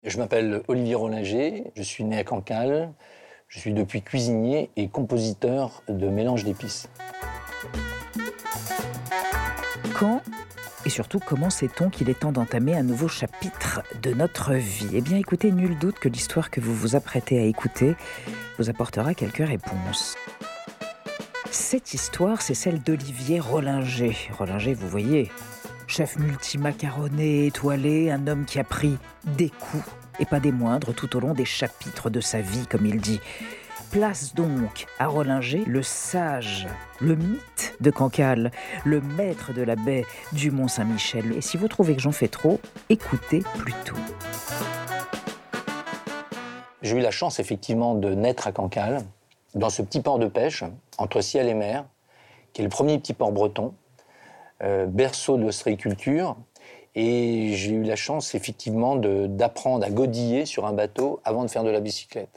Je m'appelle Olivier Rollinger, je suis né à Cancale, je suis depuis cuisinier et compositeur de mélanges d'épices. Quand et surtout comment sait-on qu'il est temps d'entamer un nouveau chapitre de notre vie ? Eh bien écoutez, nul doute que l'histoire que vous vous apprêtez à écouter vous apportera quelques réponses. Cette histoire, c'est celle d'Olivier Rollinger. Rollinger, vous voyez, chef multimacaroné, étoilé, un homme qui a pris des coups, et pas des moindres, tout au long des chapitres de sa vie, comme il dit. Place donc à Rollinger, le sage, le mythe de Cancale, le maître de la baie du Mont-Saint-Michel. Et si vous trouvez que j'en fais trop, écoutez plutôt. J'ai eu la chance effectivement de naître à Cancale, dans ce petit port de pêche, entre ciel et mer, qui est le premier petit port breton, berceau de l'ostréiculture. Et j'ai eu la chance effectivement d'apprendre à godiller sur un bateau avant de faire de la bicyclette.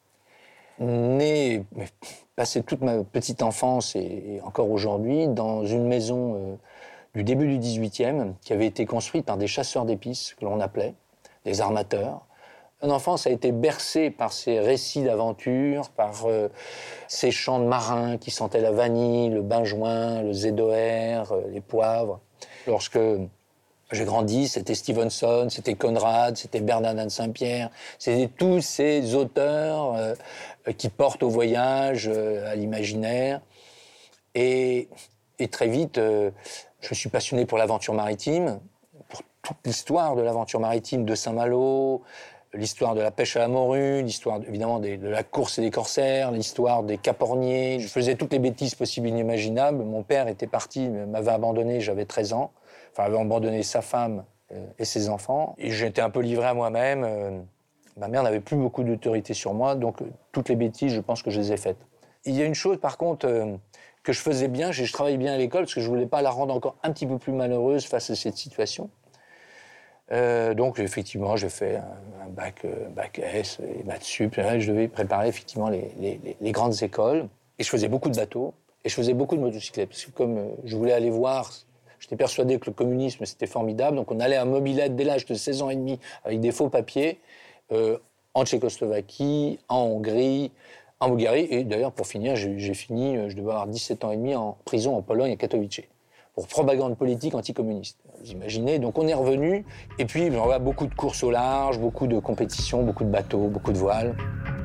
Passé toute ma petite enfance et encore aujourd'hui dans une maison du début du 18e qui avait été construite par des chasseurs d'épices que l'on appelait, des armateurs. Mon enfance a été bercée par ces récits d'aventure, par ces chants de marins qui sentaient la vanille, le benjoin, le zédoer, les poivres. Lorsque j'ai grandi, c'était Stevenson, c'était Conrad, c'était Bernardin de Saint-Pierre, c'était tous ces auteurs qui portent au voyage, à l'imaginaire. Et très vite, je me suis passionné pour l'aventure maritime, pour toute l'histoire de l'aventure maritime de Saint-Malo, l'histoire de la pêche à la morue, l'histoire évidemment de la course et des corsaires, l'histoire des caporniers. Je faisais toutes les bêtises possibles et inimaginables. Mon père était parti, m'avait abandonné, j'avais 13 ans. Enfin, avait abandonné sa femme et ses enfants. Et j'étais un peu livré à moi-même. Ma mère n'avait plus beaucoup d'autorité sur moi, donc toutes les bêtises, je pense que je les ai faites. Il y a une chose, par contre, que je faisais bien, je travaillais bien à l'école, parce que je ne voulais pas la rendre encore un petit peu plus malheureuse face à cette situation. Donc, effectivement, j'ai fait un bac S et maths sup. Là, je devais préparer, effectivement, les grandes écoles. Et je faisais beaucoup de bateaux, et je faisais beaucoup de motocyclettes, parce que comme je voulais aller voir... J'étais persuadé que le communisme, c'était formidable. Donc, on allait à Mobilette dès l'âge de 16 ans et demi avec des faux papiers en Tchécoslovaquie, en Hongrie, en Bulgarie. Et d'ailleurs, pour finir, j'ai fini, je devais avoir 17 ans et demi en prison en Pologne, à Katowice, pour propagande politique anticommuniste. Vous imaginez ? Donc, on est revenu. Et puis, on a beaucoup de courses au large, beaucoup de compétitions, beaucoup de bateaux, beaucoup de voiles.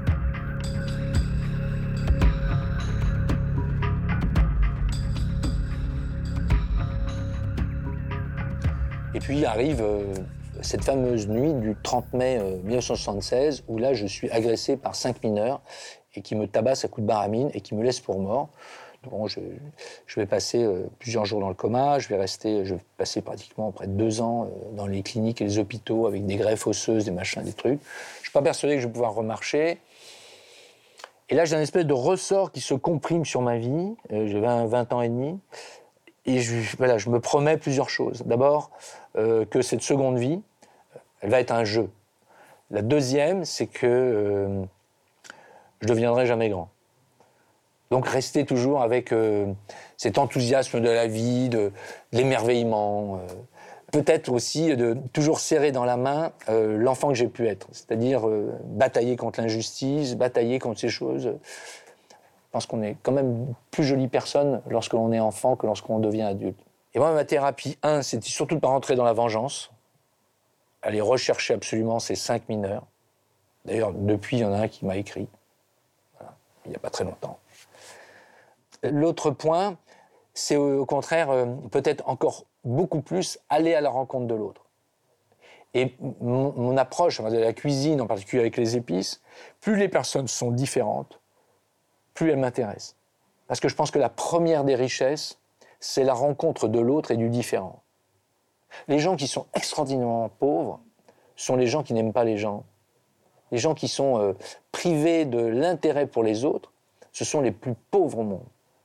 Et puis arrive cette fameuse nuit du 30 mai 1976, où là, je suis agressé par 5 mineurs et qui me tabassent à coups de baramine et qui me laissent pour mort. Donc, je vais passer plusieurs jours dans le coma, je vais passer pratiquement près de 2 ans dans les cliniques et les hôpitaux avec des greffes osseuses, des machins, des trucs. Je ne suis pas persuadé que je vais pouvoir remarcher. Et là, j'ai un espèce de ressort qui se comprime sur ma vie. J'ai 20 ans et demi. Et je me promets plusieurs choses. D'abord, que cette seconde vie, elle va être un jeu. La deuxième, c'est que je ne deviendrai jamais grand. Donc, rester toujours avec cet enthousiasme de la vie, de l'émerveillement. Peut-être aussi de toujours serrer dans la main l'enfant que j'ai pu être. C'est-à-dire batailler contre l'injustice, batailler contre ces choses. Je pense qu'on est quand même plus jolie personne lorsque l'on est enfant que lorsqu'on devient adulte. Et moi, ma thérapie, c'était surtout de ne pas rentrer dans la vengeance, aller rechercher absolument ces 5 mineurs. D'ailleurs, depuis, il y en a un qui m'a écrit, voilà, il n'y a pas très longtemps. L'autre point, c'est au contraire, peut-être encore beaucoup plus, aller à la rencontre de l'autre. Et mon approche de la cuisine, en particulier avec les épices, plus les personnes sont différentes, plus elles m'intéressent. Parce que je pense que la première des richesses, c'est la rencontre de l'autre et du différent. Les gens qui sont extraordinairement pauvres sont les gens qui n'aiment pas les gens. Les gens qui sont privés de l'intérêt pour les autres, ce sont les plus pauvres au monde.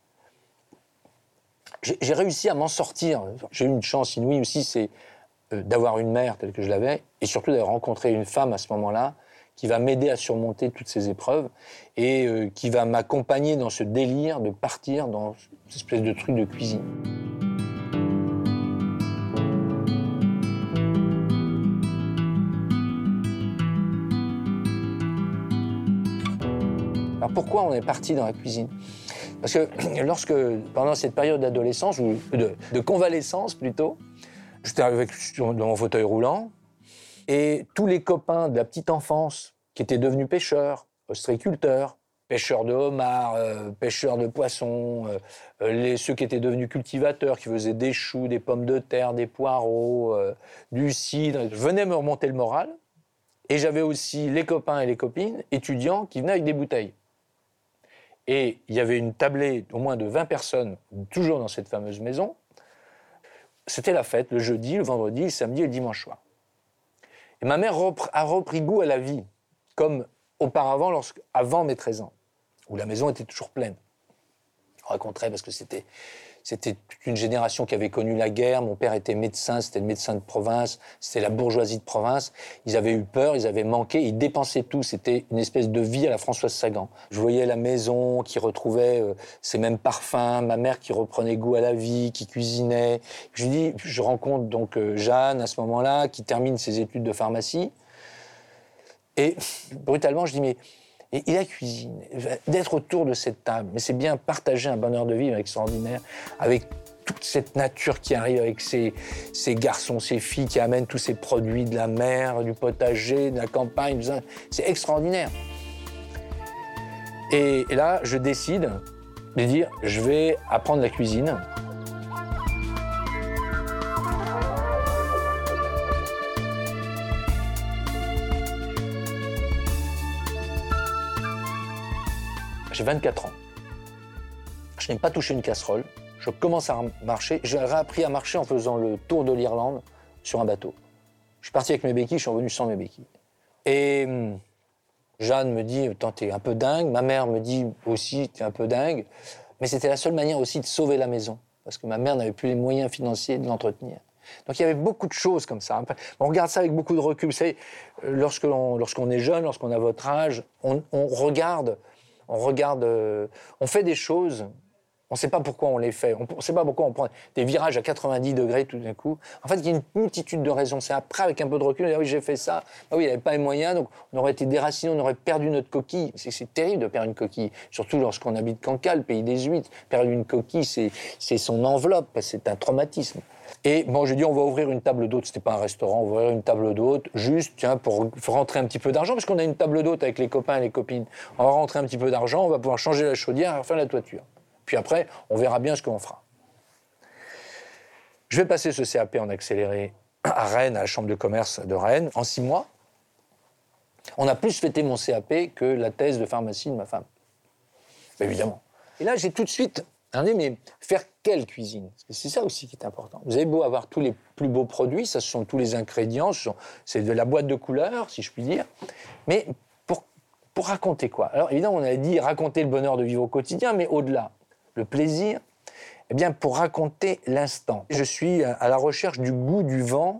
J'ai réussi à m'en sortir. J'ai eu une chance inouïe aussi, c'est d'avoir une mère telle que je l'avais, et surtout d'avoir rencontré une femme à ce moment-là, qui va m'aider à surmonter toutes ces épreuves et qui va m'accompagner dans ce délire de partir dans cette espèce de truc de cuisine. Alors pourquoi on est parti dans la cuisine? Parce que pendant cette période d'adolescence, ou de convalescence plutôt, j'étais dans mon fauteuil roulant, et tous les copains de la petite enfance qui étaient devenus pêcheurs, ostréiculteurs, pêcheurs de homards, pêcheurs de poissons, ceux qui étaient devenus cultivateurs, qui faisaient des choux, des pommes de terre, des poireaux, du cidre, venaient me remonter le moral. Et j'avais aussi les copains et les copines étudiants qui venaient avec des bouteilles. Et il y avait une tablée au moins de 20 personnes, toujours dans cette fameuse maison. C'était la fête, le jeudi, le vendredi, le samedi et le dimanche soir. Et ma mère a repris goût à la vie, comme auparavant, avant mes 13 ans, où la maison était toujours pleine. Je raconterai parce que c'était toute une génération qui avait connu la guerre. Mon père était médecin, c'était le médecin de province, c'était la bourgeoisie de province. Ils avaient eu peur, ils avaient manqué, ils dépensaient tout. C'était une espèce de vie à la Françoise Sagan. Je voyais la maison qui retrouvait ses mêmes parfums, ma mère qui reprenait goût à la vie, qui cuisinait. Je rencontre donc Jeanne à ce moment-là, qui termine ses études de pharmacie. Et brutalement, je dis, mais et la cuisine, d'être autour de cette table, mais c'est bien partager un bonheur de vivre extraordinaire, avec toute cette nature qui arrive, avec ces garçons, ces filles qui amènent tous ces produits de la mer, du potager, de la campagne, c'est extraordinaire. Et là, je décide de dire, je vais apprendre la cuisine. J'ai 24 ans. Je n'ai pas touché une casserole. Je commence à marcher. J'ai appris à marcher en faisant le tour de l'Irlande sur un bateau. Je suis parti avec mes béquilles, je suis revenu sans mes béquilles. Et Jeanne me dit, t'es un peu dingue. Ma mère me dit aussi, t'es un peu dingue. Mais c'était la seule manière aussi de sauver la maison. Parce que ma mère n'avait plus les moyens financiers de l'entretenir. Donc il y avait beaucoup de choses comme ça. On regarde ça avec beaucoup de recul. Vous savez, lorsqu'on est jeune, lorsqu'on a votre âge, on regarde, on fait des choses, on ne sait pas pourquoi on les fait, on ne sait pas pourquoi on prend des virages à 90 degrés tout d'un coup. En fait, il y a une multitude de raisons. C'est après, avec un peu de recul, on dit, ah oui, j'ai fait ça, ah oui, il n'y avait pas les moyens, donc on aurait été déraciné, on aurait perdu notre coquille. C'est terrible de perdre une coquille, surtout lorsqu'on habite Cancale, le pays des huîtres. Perdre une coquille, c'est son enveloppe, c'est un traumatisme. Et bon, j'ai dit, on va ouvrir une table d'hôte. C'était pas un restaurant, on va ouvrir une table d'hôte, juste, tiens, pour rentrer un petit peu d'argent, parce qu'on a une table d'hôte avec les copains et les copines. On va rentrer un petit peu d'argent, on va pouvoir changer la chaudière et refaire la toiture. Puis après, on verra bien ce qu'on fera. Je vais passer ce CAP en accéléré à Rennes, à la Chambre de commerce de Rennes, en 6 mois. On a plus fêté mon CAP que la thèse de pharmacie de ma femme. Évidemment. Et là, j'ai tout de suite... mais faire quelle cuisine? Parce que c'est ça aussi qui est important. Vous avez beau avoir tous les plus beaux produits, ça, ce sont tous les ingrédients, c'est de la boîte de couleurs, si je puis dire. Mais pour raconter quoi? Alors évidemment, on a dit raconter le bonheur de vivre au quotidien, mais au-delà, le plaisir, eh bien pour raconter l'instant. Je suis à la recherche du goût du vent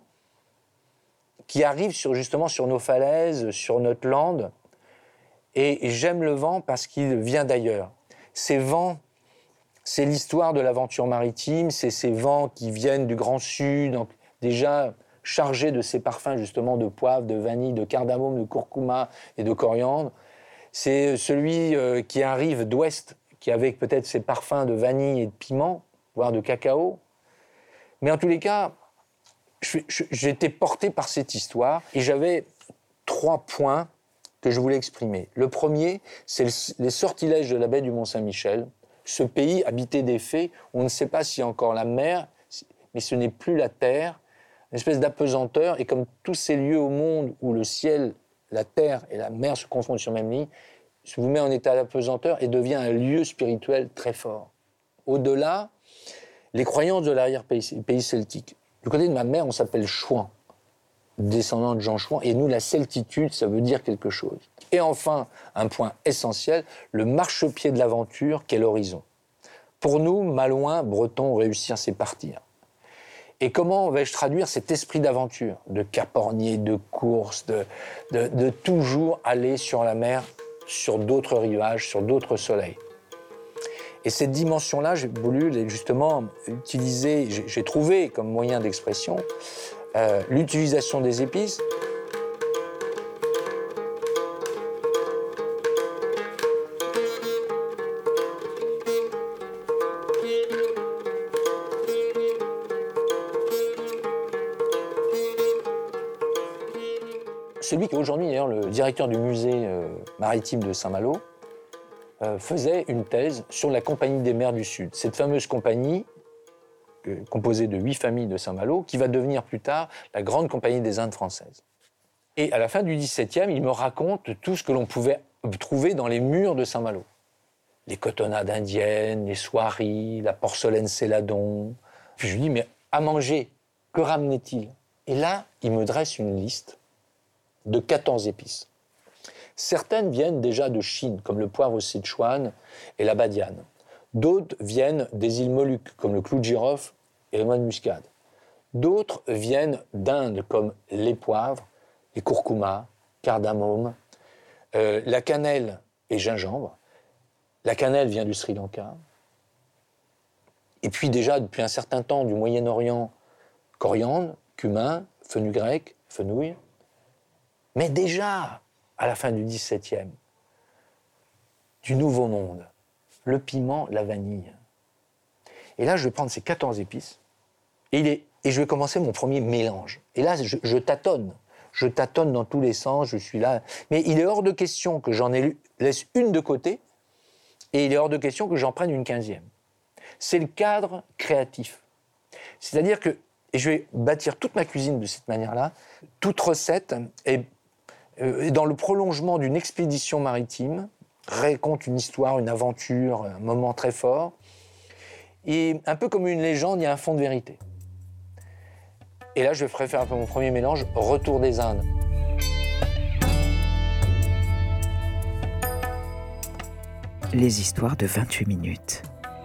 qui arrive justement sur nos falaises, sur notre lande. Et j'aime le vent parce qu'il vient d'ailleurs. Ces vents, c'est l'histoire de l'aventure maritime, c'est ces vents qui viennent du Grand Sud, donc déjà chargés de ces parfums justement de poivre, de vanille, de cardamome, de curcuma et de coriandre. C'est celui qui arrive d'ouest, qui avec peut-être ses parfums de vanille et de piment, voire de cacao. Mais en tous les cas, j'étais porté par cette histoire et j'avais 3 points que je voulais exprimer. Le premier, c'est les sortilèges de la baie du Mont-Saint-Michel, ce pays habité des fées, où on ne sait pas s'il y a encore la mer, mais ce n'est plus la terre, une espèce d'apesanteur, et comme tous ces lieux au monde où le ciel, la terre et la mer se confondent sur la même ligne, se vous met en état d'apesanteur et devient un lieu spirituel très fort. Au-delà, les croyances de l'arrière-pays celtique. Du côté de ma mère, on s'appelle Chouan, descendant de Jean Chouan, et nous, la celtitude, ça veut dire quelque chose. Et enfin, un point essentiel, le marchepied de l'aventure qu'est l'horizon. Pour nous, Malouins, Bretons, réussir, c'est partir. Et comment vais-je traduire cet esprit d'aventure, de capornier, de course, de toujours aller sur la mer, sur d'autres rivages, sur d'autres soleils. Et cette dimension-là, j'ai voulu justement utiliser, j'ai trouvé comme moyen d'expression l'utilisation des épices. Celui qui est aujourd'hui d'ailleurs le directeur du musée maritime de Saint-Malo faisait une thèse sur la Compagnie des mers du Sud. Cette fameuse compagnie, composée de 8 familles de Saint-Malo, qui va devenir plus tard la grande Compagnie des Indes françaises. Et à la fin du XVIIe, il me raconte tout ce que l'on pouvait trouver dans les murs de Saint-Malo. Les cotonnades indiennes, les soieries, la porcelaine céladon. Puis je lui dis, mais à manger, que ramenait-il? Et là, il me dresse une liste de 14 épices. Certaines viennent déjà de Chine, comme le poivre Sichuan et la badiane. D'autres viennent des îles Moluques, comme le clou de girofle et le noix de muscade. D'autres viennent d'Inde, comme les poivres, les curcumas, cardamome, la cannelle et gingembre. La cannelle vient du Sri Lanka. Et puis déjà, depuis un certain temps, du Moyen-Orient, coriandre, cumin, fenugrec, fenouil. Mais déjà, à la fin du XVIIe, du Nouveau Monde, le piment, la vanille. Et là, je vais prendre ces 14 épices et je vais commencer mon premier mélange. Et là, je tâtonne. Je tâtonne dans tous les sens, je suis là. Mais il est hors de question que laisse une de côté et il est hors de question que j'en prenne une 15e. C'est le cadre créatif. C'est-à-dire que, et je vais bâtir toute ma cuisine de cette manière-là, toute recette est dans le prolongement d'une expédition maritime, raconte une histoire, une aventure, un moment très fort. Et un peu comme une légende, il y a un fond de vérité. Et là, je vais faire un peu mon premier mélange, Retour des Indes. Les histoires de 28 minutes.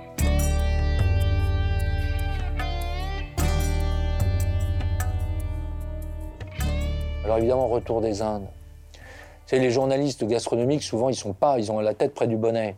Alors évidemment, Retour des Indes. Vous savez, les journalistes gastronomiques, souvent, ils ont la tête près du bonnet.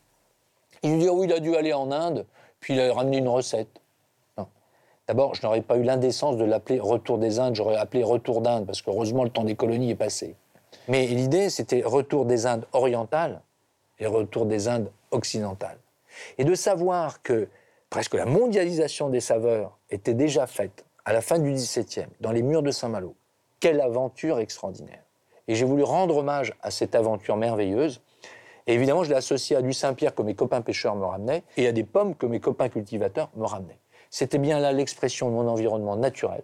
Ils nous disent, oh, il a dû aller en Inde, puis il a ramené une recette. Non. D'abord, je n'aurais pas eu l'indécence de l'appeler Retour des Indes, j'aurais appelé Retour d'Inde, parce qu'heureusement, le temps des colonies est passé. Mais l'idée, c'était Retour des Indes orientales et Retour des Indes occidentales. Et de savoir que presque la mondialisation des saveurs était déjà faite à la fin du XVIIe, dans les murs de Saint-Malo. Quelle aventure extraordinaire. Et j'ai voulu rendre hommage à cette aventure merveilleuse. Et évidemment, je l'ai associé à du Saint-Pierre que mes copains pêcheurs me ramenaient et à des pommes que mes copains cultivateurs me ramenaient. C'était bien là l'expression de mon environnement naturel,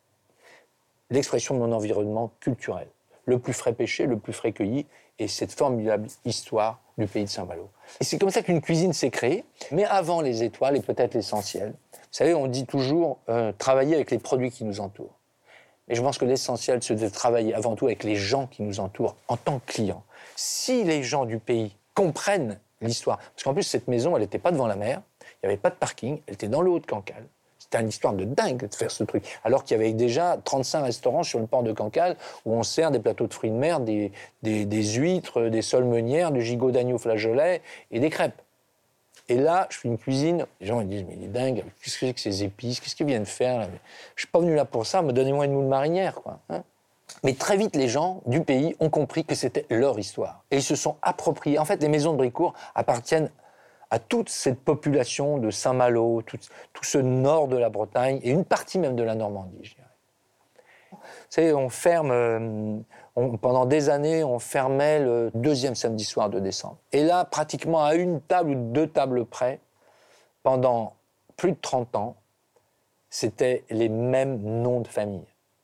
l'expression de mon environnement culturel. Le plus frais pêché, le plus frais cueilli et cette formidable histoire du pays de Saint-Malo. Et c'est comme ça qu'une cuisine s'est créée, mais avant les étoiles et peut-être l'essentiel. Vous savez, on dit toujours travailler avec les produits qui nous entourent. Et je pense que l'essentiel, c'est de travailler avant tout avec les gens qui nous entourent en tant que clients. Si les gens du pays comprennent l'histoire, parce qu'en plus, cette maison, elle n'était pas devant la mer, il n'y avait pas de parking, elle était dans le haut de Cancale. C'était une histoire de dingue de faire ce truc. Alors qu'il y avait déjà 35 restaurants sur le port de Cancale où on sert des plateaux de fruits de mer, des huîtres, des soles meunières, du gigot d'agneau flageolet et des crêpes. Et là, je fais une cuisine, les gens me disent, mais il est dingue, qu'est-ce que c'est que ces épices, qu'est-ce qu'ils viennent faire là? Je ne suis pas venu là pour ça, mais donnez-moi une moule marinière, quoi. Hein. Mais très vite, les gens du pays ont compris que c'était leur histoire. Et ils se sont appropriés. En fait, les maisons de Brécourt appartiennent à toute cette population de Saint-Malo, tout ce nord de la Bretagne, et une partie même de la Normandie, je dirais. Vous savez, on ferme... pendant des années, on fermait le 2e samedi soir de décembre. Et là, pratiquement à une table ou 2 tables près, pendant plus de 30 ans, c'était les mêmes noms de famille.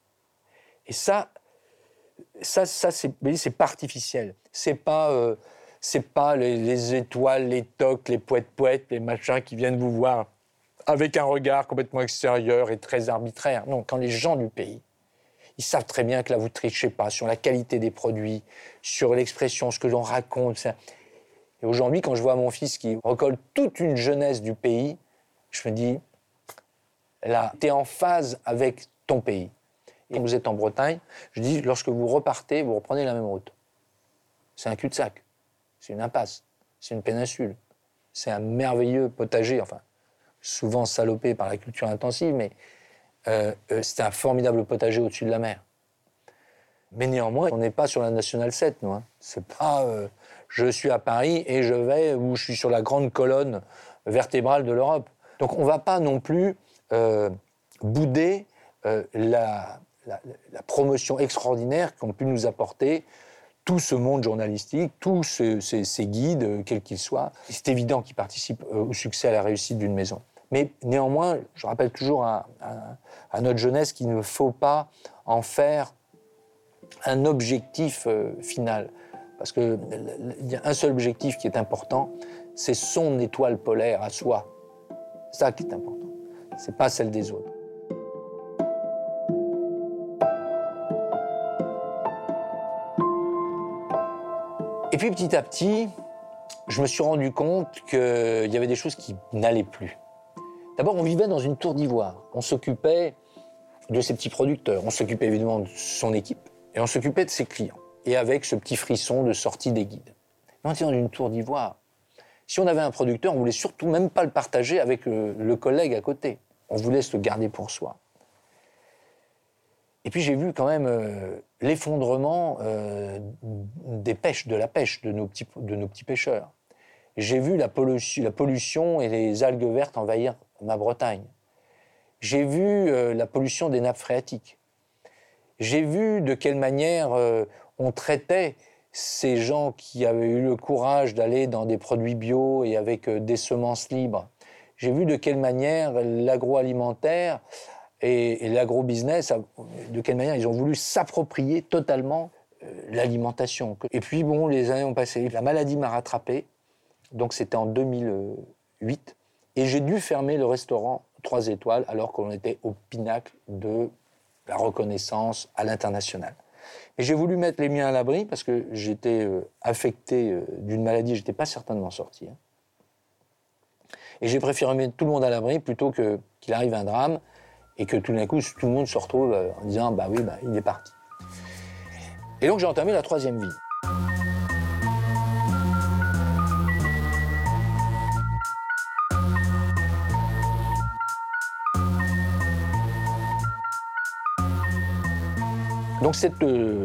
Et ça c'est pas artificiel. C'est pas les étoiles, les tocs, les poètes-poètes, les machins qui viennent vous voir avec un regard complètement extérieur et très arbitraire. Non, quand les gens du pays, ils savent très bien que là, vous ne trichez pas sur la qualité des produits, sur l'expression, ce que l'on raconte. Et aujourd'hui, quand je vois mon fils qui recolle toute une jeunesse du pays, je me dis, là, tu es en phase avec ton pays. Et vous êtes en Bretagne, je dis, lorsque vous repartez, vous reprenez la même route. C'est un cul-de-sac, c'est une impasse, c'est une péninsule, c'est un merveilleux potager, enfin, souvent salopé par la culture intensive, mais... c'était un formidable potager au-dessus de la mer. Mais néanmoins, on n'est pas sur la Nationale 7, nous. Hein. C'est pas je suis à Paris et je vais où je suis sur la grande colonne vertébrale de l'Europe. Donc on ne va pas non plus bouder la promotion extraordinaire qu'ont pu nous apporter tout ce monde journalistique, tous ces guides, quels qu'ils soient. C'est évident qu'ils participent au succès, à la réussite d'une maison. Mais néanmoins, je rappelle toujours à notre jeunesse qu'il ne faut pas en faire un objectif final. Parce qu'il y a un seul objectif qui est important, c'est son étoile polaire à soi. C'est ça qui est important. C'est pas celle des autres. Et puis petit à petit, je me suis rendu compte qu'il y avait des choses qui n'allaient plus. D'abord, on vivait dans une tour d'ivoire. On s'occupait de ses petits producteurs, on s'occupait évidemment de son équipe, et on s'occupait de ses clients. Et avec ce petit frisson de sortie des guides. Mais on était dans une tour d'ivoire. Si on avait un producteur, on voulait surtout même pas le partager avec le collègue à côté. On voulait se le garder pour soi. Et puis j'ai vu quand même l'effondrement de la pêche de nos petits pêcheurs. J'ai vu la pollution et les algues vertes envahir ma Bretagne. J'ai vu la pollution des nappes phréatiques. J'ai vu de quelle manière on traitait ces gens qui avaient eu le courage d'aller dans des produits bio et avec des semences libres. J'ai vu de quelle manière l'agroalimentaire et l'agro-business, de quelle manière ils ont voulu s'approprier totalement l'alimentation. Et puis bon, les années ont passé, la maladie m'a rattrapé, donc c'était en 2008, et j'ai dû fermer le restaurant 3 étoiles alors qu'on était au pinacle de la reconnaissance à l'international. Et j'ai voulu mettre les miens à l'abri parce que j'étais affecté d'une maladie, je n'étais pas certain de m'en sortir. Et j'ai préféré mettre tout le monde à l'abri plutôt qu'il arrive un drame et que tout d'un coup, tout le monde se retrouve en disant « bah oui, il est parti ». Et donc j'ai entamé la 3e vie. Donc cette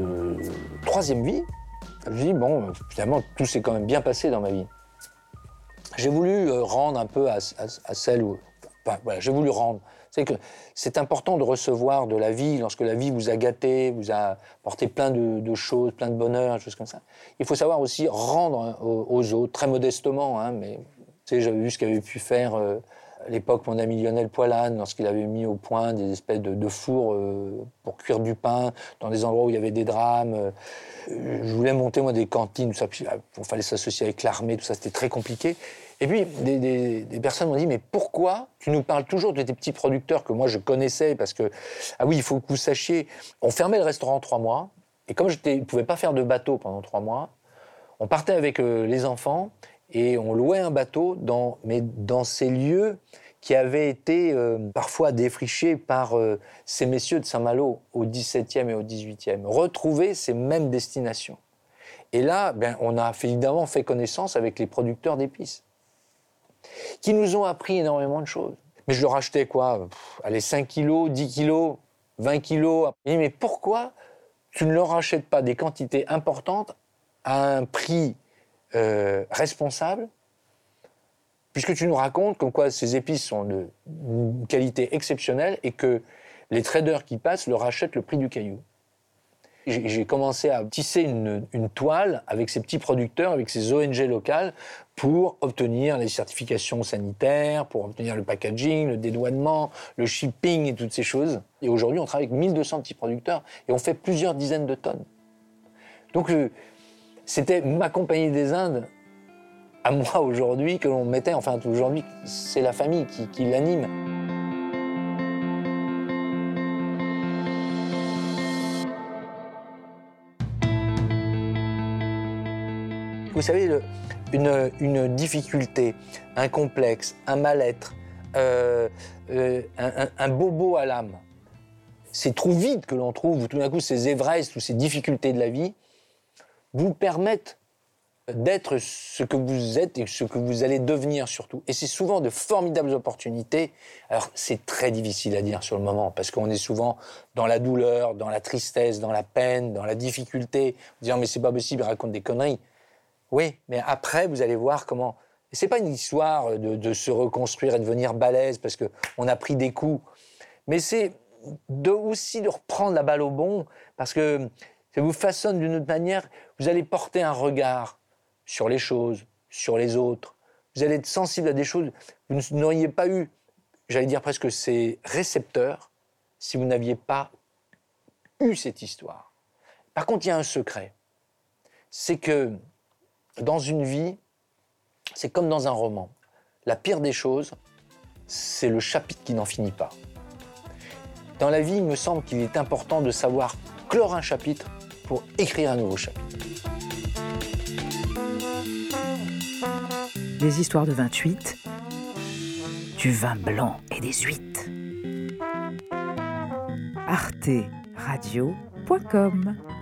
3e vie, je me suis dit, bon, finalement, tout s'est quand même bien passé dans ma vie. J'ai voulu rendre un peu à celle où... Enfin, voilà, j'ai voulu rendre. C'est que c'est important de recevoir de la vie, lorsque la vie vous a gâté, vous a apporté plein de choses, plein de bonheur, des choses comme ça. Il faut savoir aussi rendre aux autres, très modestement, hein, mais tu sais, j'avais vu ce qu'avait pu faire... à l'époque, mon ami Lionel Poilane, lorsqu'il avait mis au point des espèces de fours pour cuire du pain, dans des endroits où il y avait des drames. Je voulais monter, moi, des cantines, tout ça. Puis, il fallait s'associer avec l'armée, tout ça, c'était très compliqué. Et puis, des personnes m'ont dit, mais pourquoi tu nous parles toujours de tes petits producteurs que moi, je connaissais, parce que, ah oui, il faut que vous sachiez, on fermait le restaurant 3 mois, et comme je ne pouvais pas faire de bateau pendant 3 mois, on partait avec les enfants, et on louait un bateau mais dans ces lieux qui avaient été parfois défrichés par ces messieurs de Saint-Malo au XVIIe et au XVIIIe. Retrouver ces mêmes destinations. Et là, on a évidemment fait connaissance avec les producteurs d'épices, qui nous ont appris énormément de choses. Mais je leur achetais quoi ? Allez, 5 kilos, 10 kilos, 20 kilos. Je dis, mais pourquoi tu ne leur achètes pas des quantités importantes à un prix responsable, puisque tu nous racontes comme quoi ces épices sont de qualité exceptionnelle et que les traders qui passent leur achètent le prix du caillou. J'ai commencé à tisser une toile avec ces petits producteurs, avec ces ONG locales, pour obtenir les certifications sanitaires, pour obtenir le packaging, le dédouanement, le shipping et toutes ces choses. Et aujourd'hui, on travaille avec 1200 petits producteurs et on fait plusieurs dizaines de tonnes. Donc, c'était ma compagnie des Indes, à moi aujourd'hui, que l'on mettait, enfin aujourd'hui, c'est la famille qui l'anime. Vous savez, une difficulté, un complexe, un mal-être, un bobo à l'âme, c'est trop vite que l'on trouve, tout d'un coup, ces Everest ou ces difficultés de la vie, vous permettent d'être ce que vous êtes et ce que vous allez devenir surtout. Et c'est souvent de formidables opportunités. Alors, c'est très difficile à dire sur le moment, parce qu'on est souvent dans la douleur, dans la tristesse, dans la peine, dans la difficulté, disant « mais c'est pas possible, il raconte des conneries ». Oui, mais après, vous allez voir comment... Et c'est pas une histoire de se reconstruire et de devenir balèze parce qu'on a pris des coups, mais c'est aussi de reprendre la balle au bon, parce que ça vous façonne d'une autre manière. Vous allez porter un regard sur les choses, sur les autres. Vous allez être sensible à des choses. Vous n'auriez pas eu, j'allais dire presque ces récepteurs, si vous n'aviez pas eu cette histoire. Par contre, il y a un secret. C'est que dans une vie, c'est comme dans un roman. La pire des choses, c'est le chapitre qui n'en finit pas. Dans la vie, il me semble qu'il est important de savoir clore un chapitre pour écrire un nouveau chapitre. Des histoires de 28, du vin blanc et des huîtres. arteradio.com